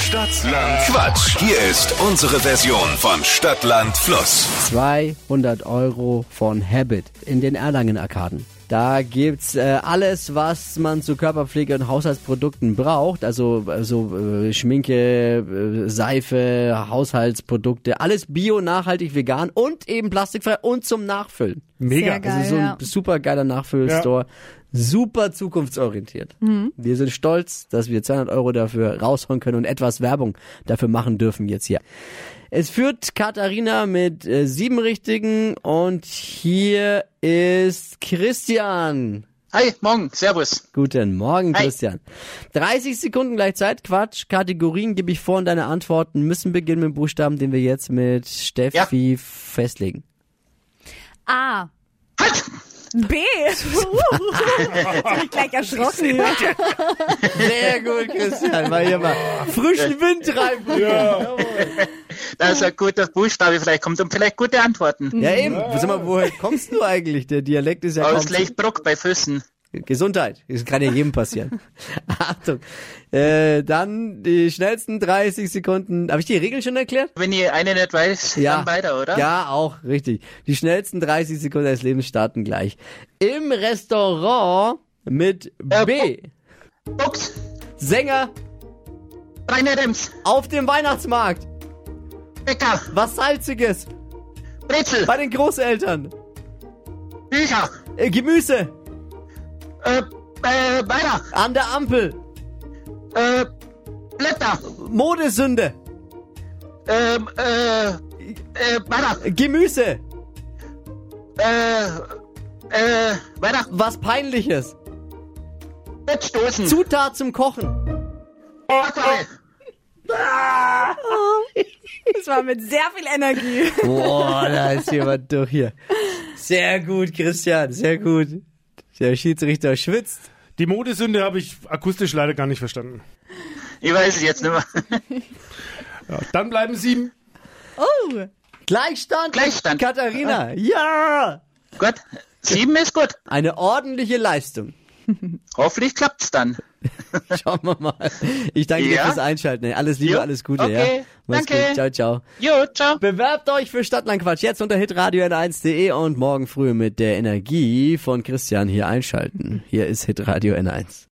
Stadtland Quatsch. Hier ist unsere Version von Stadtland Fluss. 200 € von Habit in den Erlangen-Arkaden. Da gibt's alles, was man zu Körperpflege und Haushaltsprodukten braucht. Also Schminke, Seife, Haushaltsprodukte. Alles bio, nachhaltig, vegan und eben plastikfrei und zum Nachfüllen. Mega. Sehr geil, Also so ein super geiler Nachfüllstore. Super zukunftsorientiert. Wir sind stolz, dass wir 200 € dafür raushauen können und etwas Werbung dafür machen dürfen jetzt hier. Es führt Katharina mit 7 Richtigen und hier ist Christian. Hi, morgen, servus. Guten Morgen, Hi. Christian. 30 Sekunden gleich Zeit, Quatsch. Kategorien gebe ich vor und deine Antworten müssen beginnen mit dem Buchstaben, den wir jetzt mit Steffi festlegen. A. Halt! B. Jetzt bin ich gleich erschrocken. Sehr gut, Christian. Mal hier mal frischen Wind reinbringen. Das ist ein guter Buchstabe, vielleicht kommt und vielleicht gute Antworten. Ja, eben. Sag mal, woher kommst du eigentlich? Der Dialekt ist ja kaum... Aus Lechbruck bei Füssen. Gesundheit. Das kann ja jedem passieren. Achtung. Dann die schnellsten 30 Sekunden. Habe ich die Regeln schon erklärt? Wenn ihr eine nicht weiß, dann weiter, oder? Ja, auch, richtig. Die schnellsten 30 Sekunden des Lebens starten gleich. Im Restaurant mit B. Box, Sänger Rainer Rems, auf dem Weihnachtsmarkt. Bäcker, Was Salziges. Brezel, Bei den Großeltern. Bücher, Gemüse. weiter, An der Ampel. Blätter, Modesünde. weiter, Gemüse. weiter, Was Peinliches. Bettstoßen, Zutat zum Kochen. Backwein, Das war mit sehr viel Energie. Boah, da ist jemand durch hier. Sehr gut, Christian, sehr gut. Der Schiedsrichter schwitzt. Die Modesünde habe ich akustisch leider gar nicht verstanden. ich weiß es jetzt nicht mehr. Ja, dann bleiben 7. Oh. Gleichstand. Gleichstand. Katharina. Ja. Gut, 7 ist gut. Eine ordentliche Leistung. Hoffentlich klappt's dann. Schauen wir mal. Ich danke dir Ja. fürs Einschalten. Alles Liebe, Jo. alles Gute. Okay, Ja. Mach's danke. gut. Ciao, ciao. Jo, ciao. Bewerbt euch für Stadtlandquatsch jetzt unter hitradio n1.de und morgen früh mit der Energie von Christian hier einschalten. Hier ist Hitradio N1.